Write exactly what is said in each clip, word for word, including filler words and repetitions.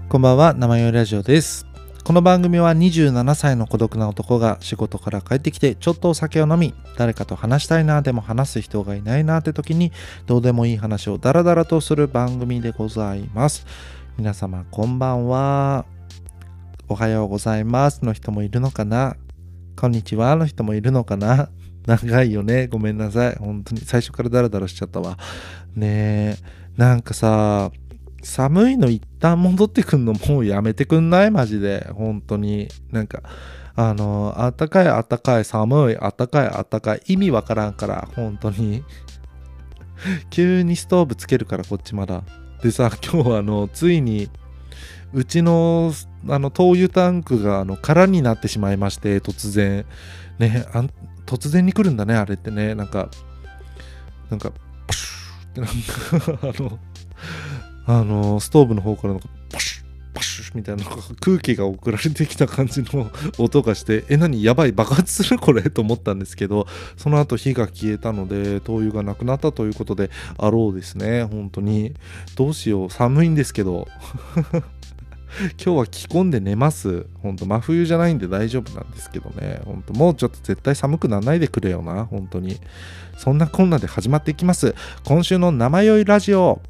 こんばんは、生よいラジオです。この番組はにじゅうななさいの孤独な男が仕事から帰ってきてちょっとお酒を飲み、誰かと話したいなでも話す人がいないなって時にどうでもいい話をダラダラとする番組でございます。皆様こんばんは。おはようございますの人もいるのかな、こんにちはの人もいるのかな。長いよね、ごめんなさい。本当に最初からダラダラしちゃったわね。えなんかさ、寒いの一旦戻ってくんのもうやめてくんない？マジで本当になんかあのあったかいあったかい寒いあったかいあったかい意味わからんから本当に急にストーブつけるからこっちまだでさ、今日あのついにうちのあの灯油タンクがあの空になってしまいまして、突然ね、あん突然に来るんだねあれってね。なんかなんかプシューってなんかあのあのストーブの方からなんかパシュッパシュッみたいな空気が送られてきた感じの音がして、え何やばい爆発するこれと思ったんですけど、その後火が消えたので灯油がなくなったということであろうですね。本当にどうしよう、寒いんですけど今日は着込んで寝ます。本当真冬じゃないんで大丈夫なんですけどね。本当もうちょっと絶対寒くならないでくれよな本当に。そんなこんなで始まっていきます、今週の生酔いラジオ。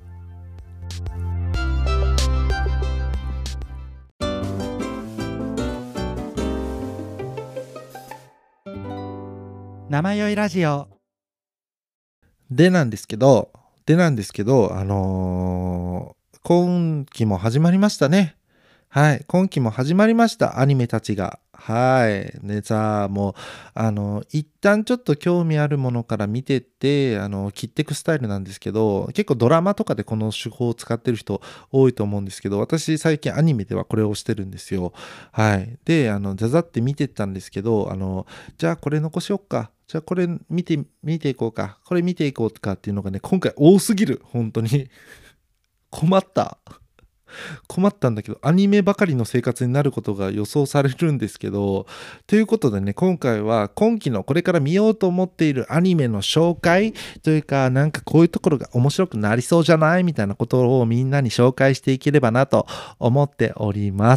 生酔いラジオでなんですけどでなんですけどあのー今期も始まりましたね。はい、今期も始まりました、アニメたちが。はい。でさ、もう、あの、一旦ちょっと興味あるものから見てって、あの、切っていくスタイルなんですけど、結構ドラマとかでこの手法を使ってる人多いと思うんですけど、私最近アニメではこれをしてるんですよ。はい。で、あの、ザザって見てったんですけど、あの、じゃあこれ残しよっか。じゃあこれ見て、見ていこうか。これ見ていこうかっていうのがね、今回多すぎる。本当に。困った。困ったんだけど、アニメばかりの生活になることが予想されるんですけど、ということでね、今回は今期のこれから見ようと思っているアニメの紹介というか、なんかこういうところが面白くなりそうじゃないみたいなことをみんなに紹介していければなと思っております。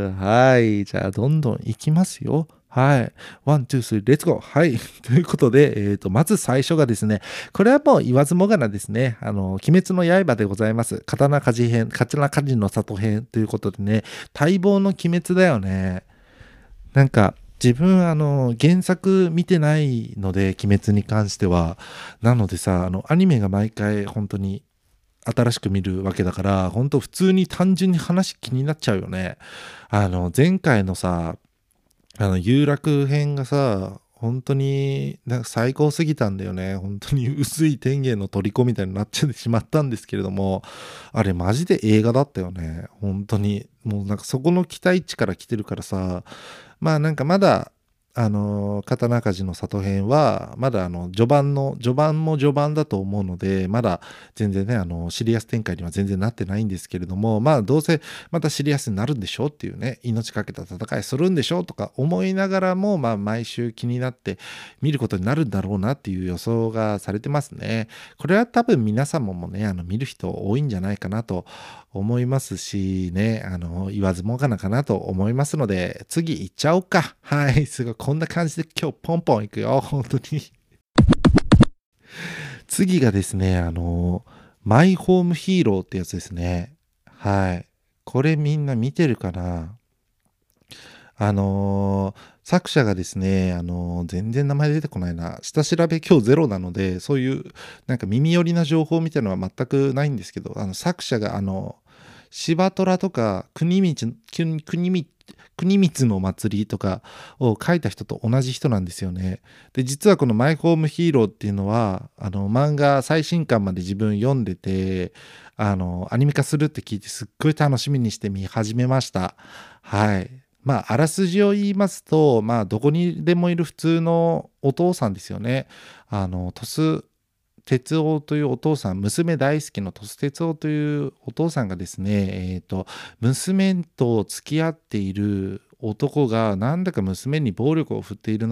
はい、じゃあどんどんいきますよ。はい。ワン、ツー、スリー、レッツゴー。はい。ということで、えっと、まず最初がですね、これはもう言わずもがなですね。あの、鬼滅の刃でございます。刀鍛冶編、刀鍛冶の里編ということでね、待望の鬼滅だよね。なんか、自分、あの、原作見てないので、鬼滅に関しては。なのでさ、あの、アニメが毎回本当に新しく見るわけだから、本当普通に単純に話気になっちゃうよね。あの、前回のさ、あの有楽編がさ、本当になんか最高すぎたんだよね。本当に薄い天元の虜みたいになっちゃってしまったんですけれども、あれマジで映画だったよね。本当にもうなんかそこの期待値から来てるからさ、まあなんかまだあの刀鍛冶の里編はまだあの序盤の序盤も序盤だと思うので、まだ全然ねあのシリアス展開には全然なってないんですけれども、まあどうせまたシリアスになるんでしょっていうね、命かけた戦いするんでしょとか思いながらも、まあ毎週気になって見ることになるんだろうなっていう予想がされてますね。これは多分皆様もねあの見る人多いんじゃないかなと思いますしね、あの言わずもがなかなと思いますので、次行っちゃおうか。はい、すごいこんな感じで今日ポンポン行くよ本当に。次がですね、あのマイホームヒーローってやつですね。はい、これみんな見てるかな。あのー作者がですね、あのー全然名前出てこないな。下調べ今日ゼロなので、そういうなんか耳寄りな情報みたいなのは全くないんですけど、あの作者があの柴虎とか国光国国光国光の祭りとかを書いた人と同じ人なんですよね。で、実はこのマイホームヒーローっていうのは、あの漫画最新刊まで自分読んでて、あのアニメ化するって聞いてすっごい楽しみにして見始めました。はい。まあ、あらすじを言いますと、まあ、どこにでもいる普通のお父さんですよね。あの、鳥栖哲夫というお父さん、娘大好きの鳥栖哲夫というお父さんがですね、えっと、娘と付き合っている男が、なんだか娘に暴力を振っているなっ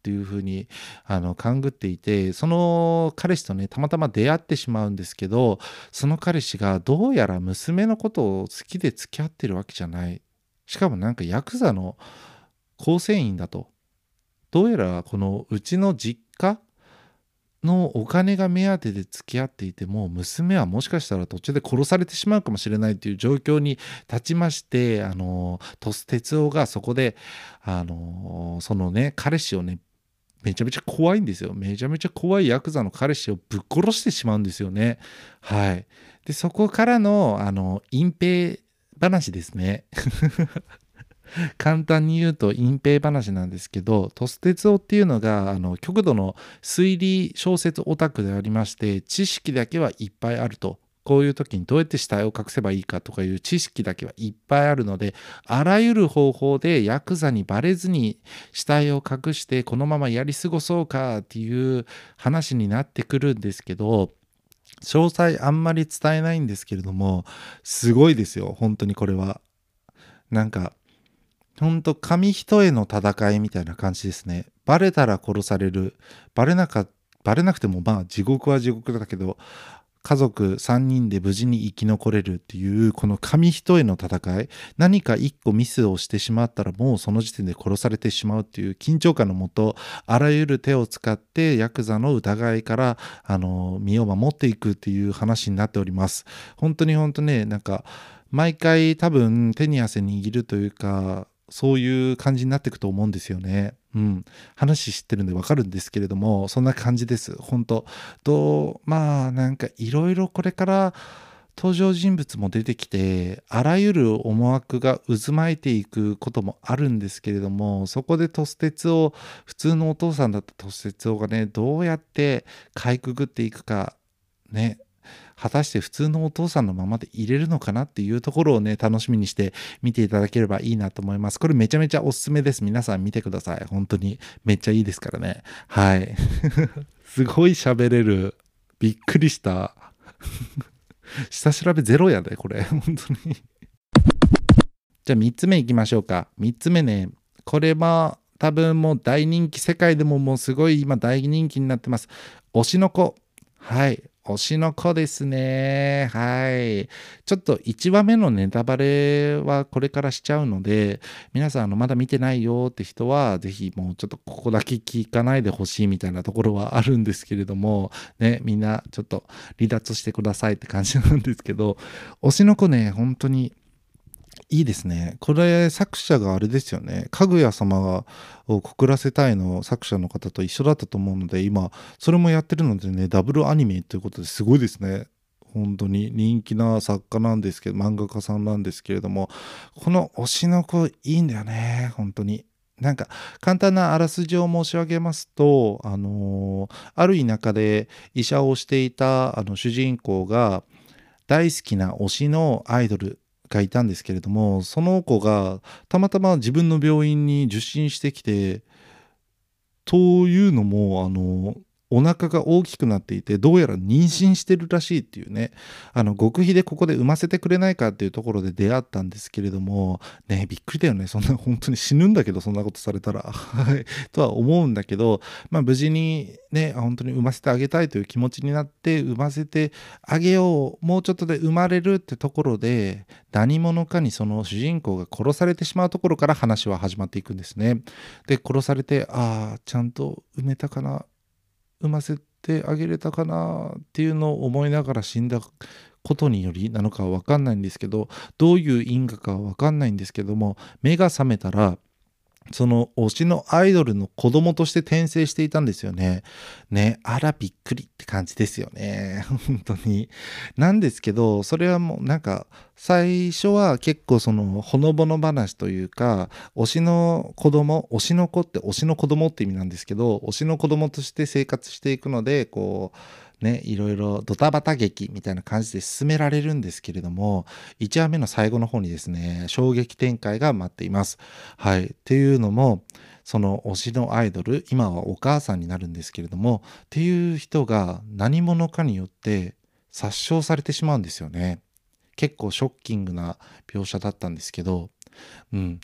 っていうふうにあの勘ぐっていて、その彼氏とねたまたま出会ってしまうんですけど、その彼氏がどうやら娘のことを好きで付き合ってるわけじゃない。しかもなんかヤクザの構成員だと。どうやらこのうちの実家のお金が目当てで付き合っていても、娘はもしかしたら途中で殺されてしまうかもしれないという状況に立ちまして、あの鳥栖哲夫がそこであのそのね彼氏をね、めちゃめちゃ怖いんですよ。めちゃめちゃ怖いヤクザの彼氏をぶっ殺してしまうんですよね。はい。でそこからのあの隠蔽話ですね。簡単に言うと隠蔽話なんですけど、鳥栖哲夫っていうのがあの極度の推理小説オタクでありまして、知識だけはいっぱいあると。こういう時にどうやって死体を隠せばいいかとかいう知識だけはいっぱいあるので、あらゆる方法でヤクザにバレずに死体を隠してこのままやり過ごそうかっていう話になってくるんですけど、詳細あんまり伝えないんですけれども、すごいですよ本当にこれは。なんかほんと紙一重の戦いみたいな感じですね。バレたら殺される。バレなか、バレなくてもまあ地獄は地獄だけど、家族さんにんで無事に生き残れるっていう、この紙一重の戦い。何か一個ミスをしてしまったらもうその時点で殺されてしまうっていう緊張感のもと、あらゆる手を使ってヤクザの疑いから、あの、身を守っていくっていう話になっております。本当に本当ね、なんか、毎回多分手に汗握るというか、そういう感じになっていくと思うんですよね。うん。話知ってるんでわかるんですけれども、そんな感じです。本当と、まあ、なんかいろいろこれから登場人物も出てきて、あらゆる思惑が渦巻いていくこともあるんですけれども、そこで鳥栖哲夫、普通のお父さんだった鳥栖哲夫がね、どうやってかいくぐっていくか、ね、果たして普通のお父さんのままでいれるのかなっていうところをね、楽しみにして見ていただければいいなと思います。これめちゃめちゃおすすめです。皆さん見てください。本当にめっちゃいいですからね。はい。すごい喋れる。びっくりした。下調べゼロやで、これ。本当に。じゃあみっつめいきましょうか。みっつめね、これは多分もう大人気、世界でももうすごい今大人気になってます。推しの子。はい。推しの子ですね。はい。ちょっといちわめのネタバレはこれからしちゃうので、皆さんあのまだ見てないよって人は、ぜひもうちょっとここだけ聞かないでほしいみたいなところはあるんですけれども、ね、みんなちょっと離脱してくださいって感じなんですけど、推しの子ね、本当にいいですね。これ作者があれですよね。かぐや様を告らせたいの作者の方と一緒だったと思うので、今それもやってるのでね、ダブルアニメということですごいですね。本当に人気な作家なんですけど、漫画家さんなんですけれども、この推しの子いいんだよね、本当に。なんか簡単なあらすじを申し上げますと、あのーある田舎で医者をしていたあの主人公が大好きな推しのアイドルがいたんですけれども、その子がたまたま自分の病院に受診してきて、というのも、あの、お腹が大きくなっていて、どうやら妊娠してるらしいっていうね、あの、極秘でここで産ませてくれないかっていうところで出会ったんですけれども、ね、びっくりだよね。そんな本当に死ぬんだけど、そんなことされたら。はい。とは思うんだけど、まあ無事にね、本当に産ませてあげたいという気持ちになって、産ませてあげよう、もうちょっとで生まれるってところで、何者かにその主人公が殺されてしまうところから話は始まっていくんですね。で、殺されて、ああ、ちゃんと産めたかな、産ませてあげれたかなっていうのを思いながら死んだことによりなのかは分かんないんですけど、どういう因果かは分かんないんですけども、目が覚めたら、その推しのアイドルの子供として転生していたんですよね。ね、あらびっくりって感じですよね。本当に。なんですけど、それはもうなんか、最初は結構そのほのぼの話というか、推しの子供、推しの子って推しの子供って意味なんですけど、推しの子供として生活していくので、こう、ね、いろいろドタバタ劇みたいな感じで進められるんですけれども、いちわめの最後の方にですね、衝撃展開が待っています。はい。っていうのも、その推しのアイドル、今はお母さんになるんですけれども、っていう人が何者かによって殺傷されてしまうんですよね。結構ショッキングな描写だったんですけど、うん。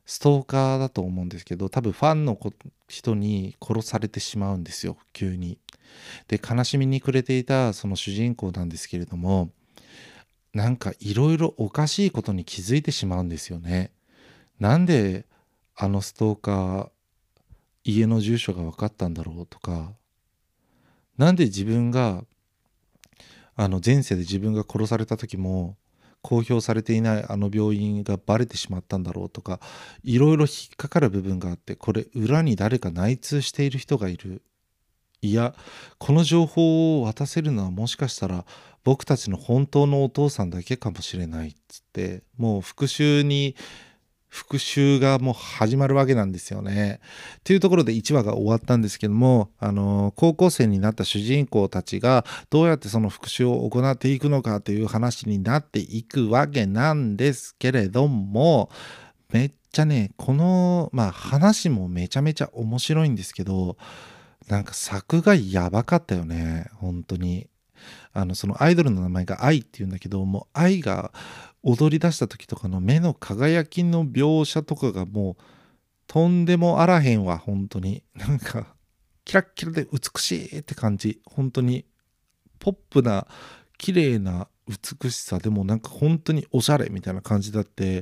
ストーカーだと思うんですけど、多分ファンのこ人に殺されてしまうんですよ、急に。で、悲しみに暮れていたその主人公なんですけれども、なんかいろいろおかしいことに気づいてしまうんですよね。なんであのストーカー、家の住所が分かったんだろうとか、なんで自分があの前世で自分が殺された時も公表されていないあの病院がバレてしまったんだろうとか、いろいろ引っかかる部分があって、これ裏に誰か内通している人がいる。いや、この情報を渡せるのはもしかしたら僕たちの本当のお父さんだけかもしれないっつって、もう復讐に復讐がもう始まるわけなんですよね。っていうところでいちわが終わったんですけども、あの高校生になった主人公たちがどうやってその復讐を行っていくのかという話になっていくわけなんですけれども、めっちゃね、この、まあ、話もめちゃめちゃ面白いんですけど、なんか作がやばかったよね、本当に。あのそのアイドルの名前が愛っていうんだけど、もう愛が踊り出した時とかの目の輝きの描写とかがもうとんでもあらへんわ、本当に。なんかキラッキラで美しいって感じ。本当にポップな綺麗な美しさでもなんか本当におしゃれみたいな感じだって、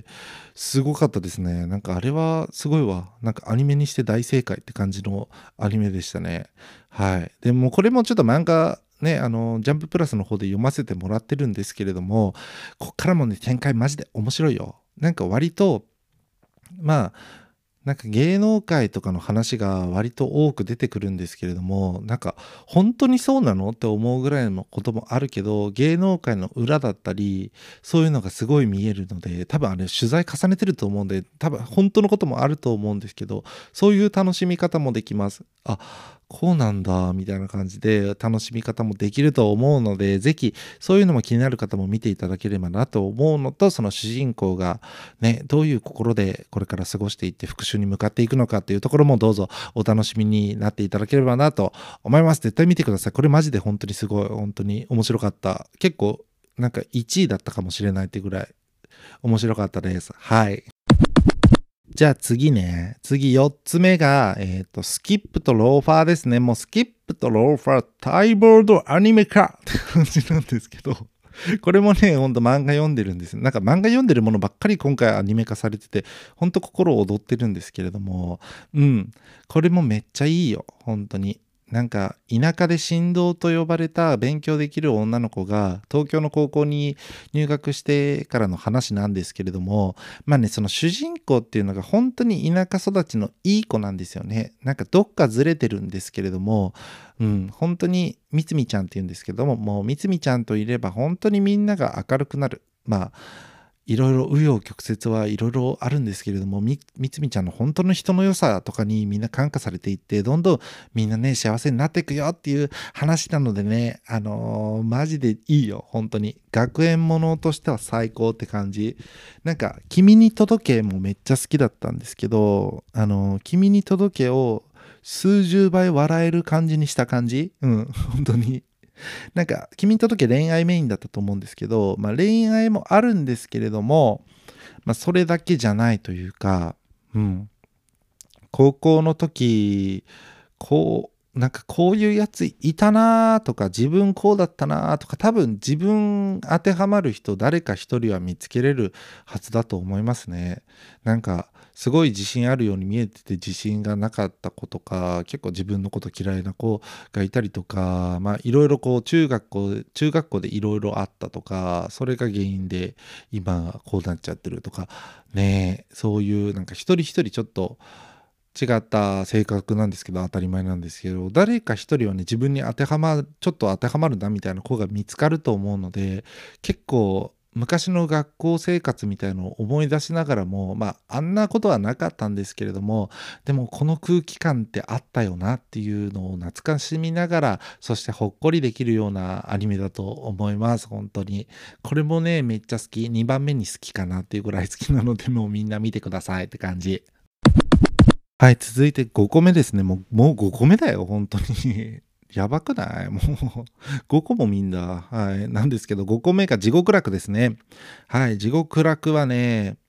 すごかったですね。なんかあれはすごいわ。なんかアニメにして大正解って感じのアニメでしたね。はい。でもこれもちょっと漫画ね、あのジャンププラスの方で読ませてもらってるんですけれども、こっからもね展開マジで面白いよ。なんか割とまあなんか芸能界とかの話が割と多く出てくるんですけれども、なんか本当にそうなのって思うぐらいのこともあるけど、芸能界の裏だったりそういうのがすごい見えるので、多分あれ取材重ねてると思うんで、多分本当のこともあると思うんですけど、そういう楽しみ方もできます。あ、こうなんだみたいな感じで楽しみ方もできると思うので、ぜひそういうのも気になる方も見ていただければなと思うのと、その主人公がね、どういう心でこれから過ごしていって復讐に向かっていくのかっていうところもどうぞお楽しみになっていただければなと思います。絶対見てください。これマジで本当にすごい、本当に面白かった。結構なんかいちいだったかもしれないってぐらい面白かったです。はい。じゃあ次ね。次よっつめが、えっ、と、スキップとローファーですね。もうスキップとローファー、タイボードアニメ化って感じなんですけど、これもね、ほんと漫画読んでるんです。なんか漫画読んでるものばっかり今回アニメ化されてて、ほんと心躍ってるんですけれども、うん。これもめっちゃいいよ。本当に。なんか田舎で神童と呼ばれた勉強できる女の子が東京の高校に入学してからの話なんですけれども、まあね、その主人公っていうのが本当に田舎育ちのいい子なんですよね。なんかどっかずれてるんですけれども、うん、本当にみつみちゃんっていうんですけども、もうみつみちゃんといれば本当にみんなが明るくなる。まあいろいろ紆余曲折はいろいろあるんですけれども、みみつみちゃんの本当の人の良さとかにみんな感化されていって、どんどんみんなね、幸せになっていくよっていう話なのでね、あのーマジでいいよ、本当に。学園ものとしては最高って感じ。なんか、君に届けもめっちゃ好きだったんですけど、あのー君に届けを数十倍笑える感じにした感じ。うん、本当に。なんか君に届け恋愛メインだったと思うんですけど、まあ、恋愛もあるんですけれども、まあ、それだけじゃないというか、うん、高校の時こうなんかこういうやついたなとか、自分こうだったなとか、多分自分当てはまる人誰か一人は見つけれるはずだと思いますね。なんかすごい自信あるように見えてて自信がなかった子とか、結構自分のこと嫌いな子がいたりとか、まあいろいろこう中学校中学校でいろいろあったとか、それが原因で今こうなっちゃってるとかね、そういうなんか一人一人ちょっと違った性格なんですけど、当たり前なんですけど、誰か一人はね、自分に当てはまるちょっと当てはまるなみたいな子が見つかると思うので、結構昔の学校生活みたいのを思い出しながらも、まあ、あんなことはなかったんですけれども、でもこの空気感ってあったよなっていうのを懐かしみながら、そしてほっこりできるようなアニメだと思います、本当に。これもね、めっちゃ好き。にばんめに好きかなっていうぐらい好きなので、もうみんな見てくださいって感じ。はい、続いてごこめですね。もうもうごこめだよ、本当に。やばくない？もうごこも見んだ。はい。なんですけど、ごこめが地獄楽ですね。はい、地獄楽はね、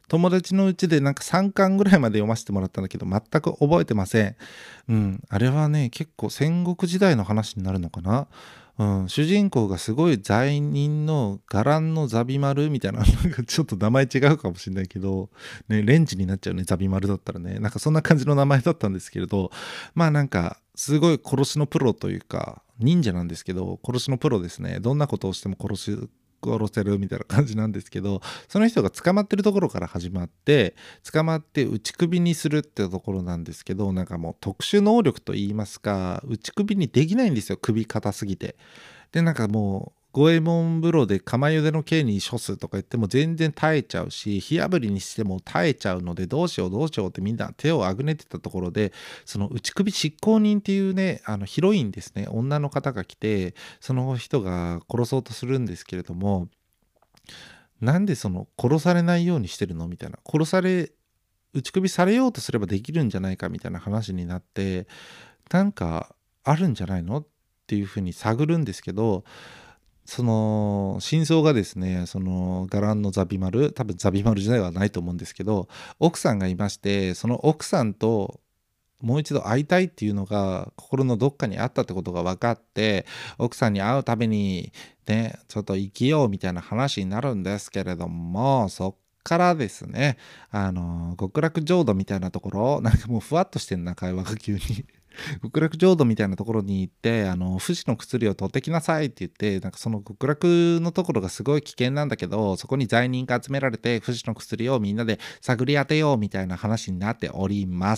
友達のうちでなんかさんかんぐらいまで読ませてもらったんだけど、全く覚えてません。うん、あれはね、結構戦国時代の話になるのかな。うん、主人公がすごい罪人の伽藍のザビマルみたいな、なんかちょっと名前違うかもしれないけど、ね、レンジになっちゃうね、ザビマルだったらね。なんかそんな感じの名前だったんですけれど、まあなんか、すごい殺しのプロというか、忍者なんですけど、殺しのプロですね。どんなことをしても殺し、殺せるみたいな感じなんですけど、その人が捕まってるところから始まって、捕まって打ち首にするってところなんですけど、なんかもう特殊能力といいますか、打ち首にできないんですよ、首硬すぎて。で、なんかもう、五右衛門風呂で釜茹での刑に処すとか言っても全然耐えちゃうし、火炙りにしても耐えちゃうので、どうしようどうしようってみんな手をあぐねてたところで、その打ち首執行人っていうね、あのヒロインですね、女の方が来て、その人が殺そうとするんですけれども、なんでその殺されないようにしてるのみたいな。殺され、打ち首されようとすればできるんじゃないかみたいな話になって、なんかあるんじゃないのっていうふうに探るんですけど、その真相がですね、その伽藍のザビマル、多分ザビマル時代はないと思うんですけど、奥さんがいまして、その奥さんともう一度会いたいっていうのが心のどっかにあったってことが分かって、奥さんに会うためにね、ちょっと生きようみたいな話になるんですけれども、そっからですね、あの極楽浄土みたいなところ、なんかもうふわっとしてんな会話が急に極楽浄土みたいなところに行って、あの不死の薬を取ってきなさいって言って、なんかその極楽のところがすごい危険なんだけど、そこに罪人が集められて不死の薬をみんなで探り当てようみたいな話になっております。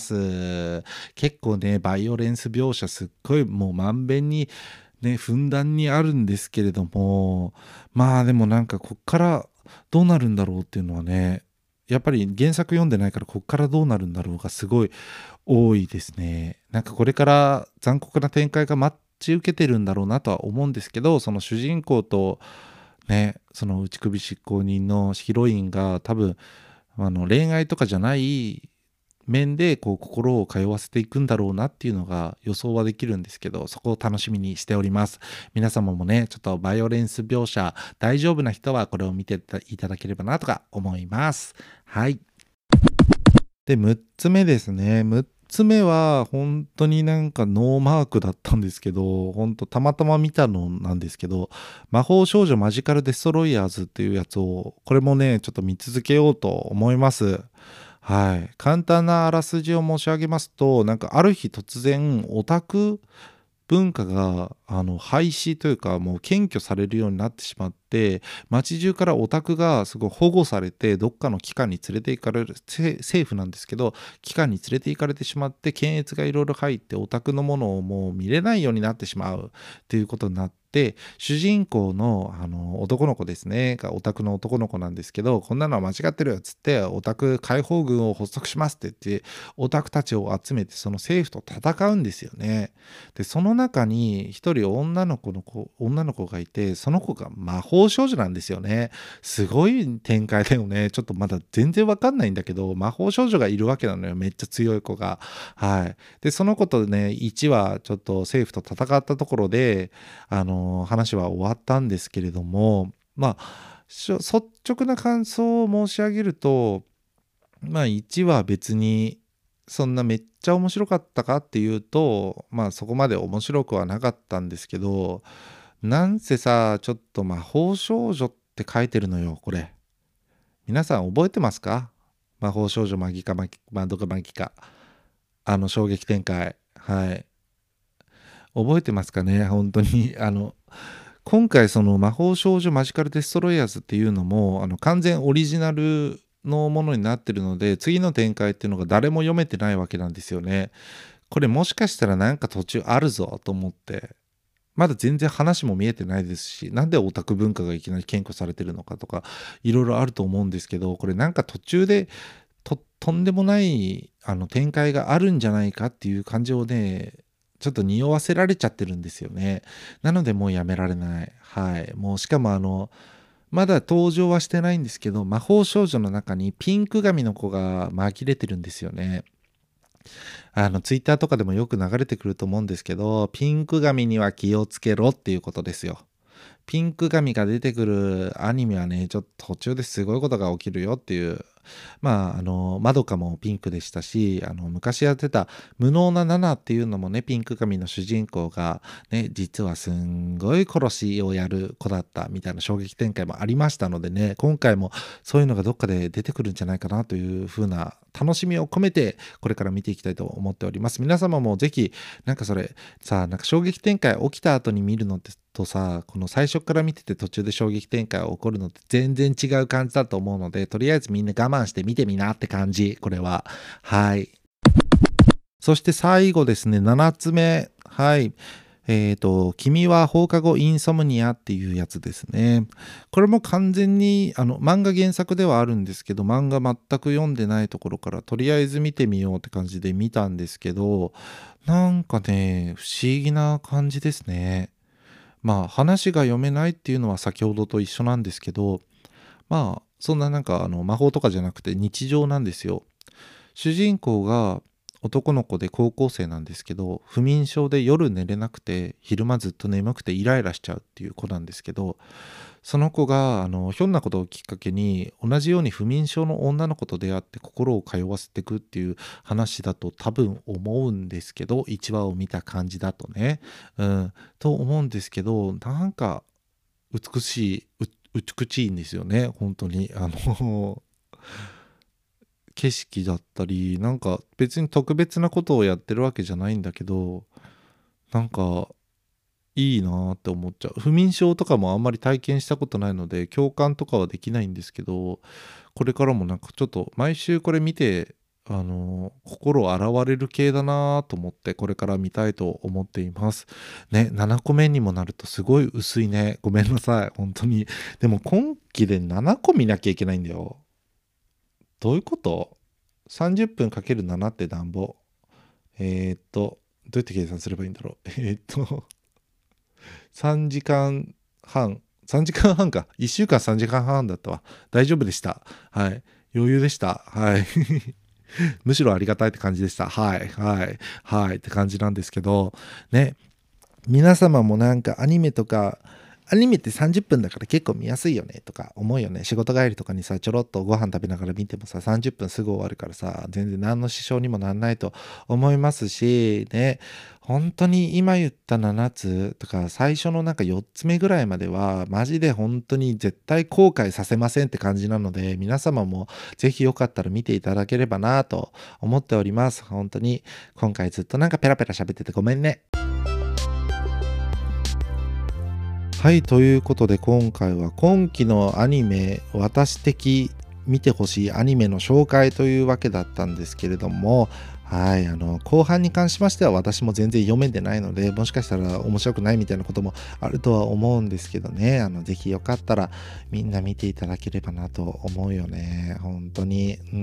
結構ね、バイオレンス描写すっごいもうまんべんにね、ふんだんにあるんですけれども、まあでもなんかこっからどうなるんだろうっていうのはね、やっぱり原作読んでないからこっからどうなるんだろうがすごい多いですね。なんかこれから残酷な展開が待ち受けてるんだろうなとは思うんですけど、その主人公とね、その打ち首執行人のヒロインが多分あの恋愛とかじゃない面でこう心を通わせていくんだろうなっていうのが予想はできるんですけど、そこを楽しみにしております。皆様もね、ちょっとバイオレンス描写大丈夫な人はこれを見ていただければなとか思います。はい。で、むっつめですね。むっつめは本当になんかノーマークだったんですけど、本当たまたま見たのなんですけど、魔法少女マジカルデストロイヤーズっていうやつを、これもね、ちょっと見続けようと思います。はい。簡単なあらすじを申し上げますと、なんかある日突然オタク文化があの廃止というかもう検挙されるようになってしまって、街中からオタクがすごい保護されてどっかの機関に連れて行かれる、せ政府なんですけど機関に連れて行かれてしまって、検閲がいろいろ入ってオタクのものをもう見れないようになってしまうっていうことになって、主人公のあの男の子ですねがオタクの男の子なんですけど、こんなのは間違ってるっつってオタク解放軍を発足しますって言ってオタクたちを集めてその政府と戦うんですよね。でその中に一人女の子の子女の子がいて、その子が魔法少女なんですよね。すごい展開だよね。ちょっとまだ全然わかんないんだけど、魔法少女がいるわけなのよ、めっちゃ強い子が。はい。でその子とねいちわちょっと政府と戦ったところであの話は終わったんですけれども、まあしょ率直な感想を申し上げると、まあいちわ別にそんなめっちゃ面白かったかっていうと、まあそこまで面白くはなかったんですけど、なんせさ、ちょっと魔法少女って書いてるのよ、これ。皆さん覚えてますか？魔法少女マギかマギ、マドかマギか。あの衝撃展開。はい。覚えてますかね本当に。あの、今回その魔法少女マジカルデストロイヤーズっていうのも、あの完全オリジナルのものになってるので、次の展開っていうのが誰も読めてないわけなんですよね。これもしかしたらなんか途中あるぞと思って、まだ全然話も見えてないですし、なんでオタク文化がいきなり検挙されてるのかとか、いろいろあると思うんですけど、これなんか途中でととんでもないあの展開があるんじゃないかっていう感じをね、ちょっと匂わせられちゃってるんですよね。なのでもうやめられない。はい。もうしかもあの、まだ登場はしてないんですけど、魔法少女の中にピンク髪の子が紛れてるんですよね。あの、ツイッターとかでもよく流れてくると思うんですけど、ピンク髪には気をつけろっていうことですよ。ピンク髪が出てくるアニメはね、ちょっと途中ですごいことが起きるよっていうまあ、あの、まどかもピンクでしたし、あの、昔やってた無能なナナっていうのもね、ピンク髪の主人公が、ね、実はすんごい殺しをやる子だったみたいな衝撃展開もありましたのでね、今回もそういうのがどっかで出てくるんじゃないかなという風な楽しみを込めて、これから見ていきたいと思っております。皆様もぜひ、なんかそれ、さあ、なんか衝撃展開起きた後に見るのってとさ、この最初から見てて途中で衝撃展開が起こるのって全然違う感じだと思うので、とりあえずみんな我慢して見てみなって感じ、これは。はい。そして最後ですね、ななつめ。はい。えっと、君は放課後インソムニアっていうやつですね。これも完全に、あの、漫画原作ではあるんですけど、漫画全く読んでないところから、とりあえず見てみようって感じで見たんですけど、なんかね、不思議な感じですね。まあ、話が読めないっていうのは先ほどと一緒なんですけど、まあ、そんななんかあの魔法とかじゃなくて日常なんですよ。主人公が男の子で高校生なんですけど、不眠症で夜寝れなくて、昼間ずっと眠くてイライラしちゃうっていう子なんですけど、その子があのひょんなことをきっかけに同じように不眠症の女の子と出会って心を通わせていくっていう話だと多分思うんですけど、いちわを見た感じだとね、うん、と思うんですけど、なんか美しい、う美しいんですよね、本当に。あの景色だったり、なんか別に特別なことをやってるわけじゃないんだけど、なんかいいなーって思っちゃう。不眠症とかもあんまり体験したことないので、共感とかはできないんですけど、これからもなんかちょっと毎週これ見て、あのー心洗われる系だなーと思って、これから見たいと思っています。ね、ななこめにもなるとすごい薄いね。ごめんなさい、本当に。でも今期でななこ見なきゃいけないんだよ。どういうこと？ さんじゅっ 分かけるななってなんぼ？えーっと、どうやって計算すればいいんだろう。えーっと、さんじかんはん、さんじかんはんか。いっしゅうかんさんじかんはんだったわ。大丈夫でした。はい。余裕でした。はい。むしろありがたいって感じでした。はい。はい。はい。って感じなんですけど、ね。皆様もなんかアニメとか、アニメってさんじゅっぷんだから結構見やすいよねとか思うよね。仕事帰りとかにさ、ちょろっとご飯食べながら見てもさ、さんじゅっぷんすぐ終わるからさ、全然何の支障にもなんないと思いますし、ね、本当に今言ったななつとか、最初のなんかよっつめぐらいまでは、マジで本当に絶対後悔させませんって感じなので、皆様もぜひよかったら見ていただければなと思っております。本当に、今回ずっとなんかペラペラ喋っててごめんね。はい、ということで今回は今期のアニメ、私的見てほしいアニメの紹介というわけだったんですけれども、はい、あの後半に関しましては私も全然読めてないので、もしかしたら面白くないみたいなこともあるとは思うんですけどね、あのぜひよかったらみんな見ていただければなと思うよね。本当に、うん、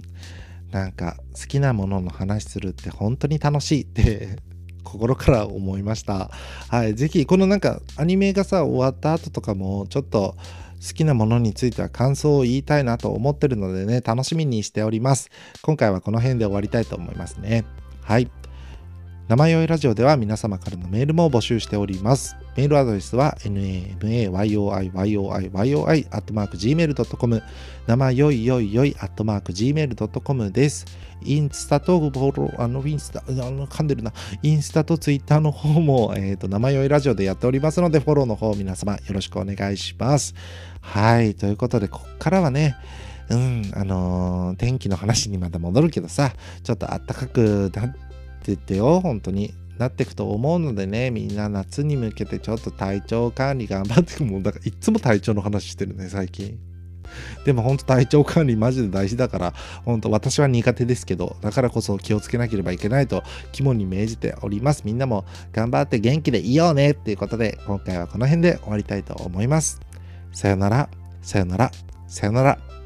なんか好きなものの話するって本当に楽しいって心から思いました。はい、ぜひこのなんかアニメがさ終わった後とかもちょっと好きなものについては感想を言いたいなと思ってるのでね、楽しみにしております。今回はこの辺で終わりたいと思いますね。はい。生酔いラジオでは皆様からのメールも募集しております。メールアドレスは ナマヨイヨイヨイ アットマーク ジーメールドットコム 生よいよいよい アットマーク ジーメールドットコム です。インスタとフォロー、あのインスタ、あの噛んでるな。インスタとツイッターの方も、えっと、生酔いラジオでやっておりますので、フォローの方皆様よろしくお願いします。はい。ということで、こっからはね、うん、あのー天気の話にまた戻るけどさ、ちょっと暖かくなってってよ、本当に。なっていくと思うのでね、みんな夏に向けてちょっと体調管理頑張って、もうだからいつも体調の話してるね、最近。でも本当体調管理マジで大事だから、本当私は苦手ですけど、だからこそ気をつけなければいけないと肝に銘じております。みんなも頑張って元気でいようねっていうことで、今回はこの辺で終わりたいと思います。さよなら、さよなら、さよなら。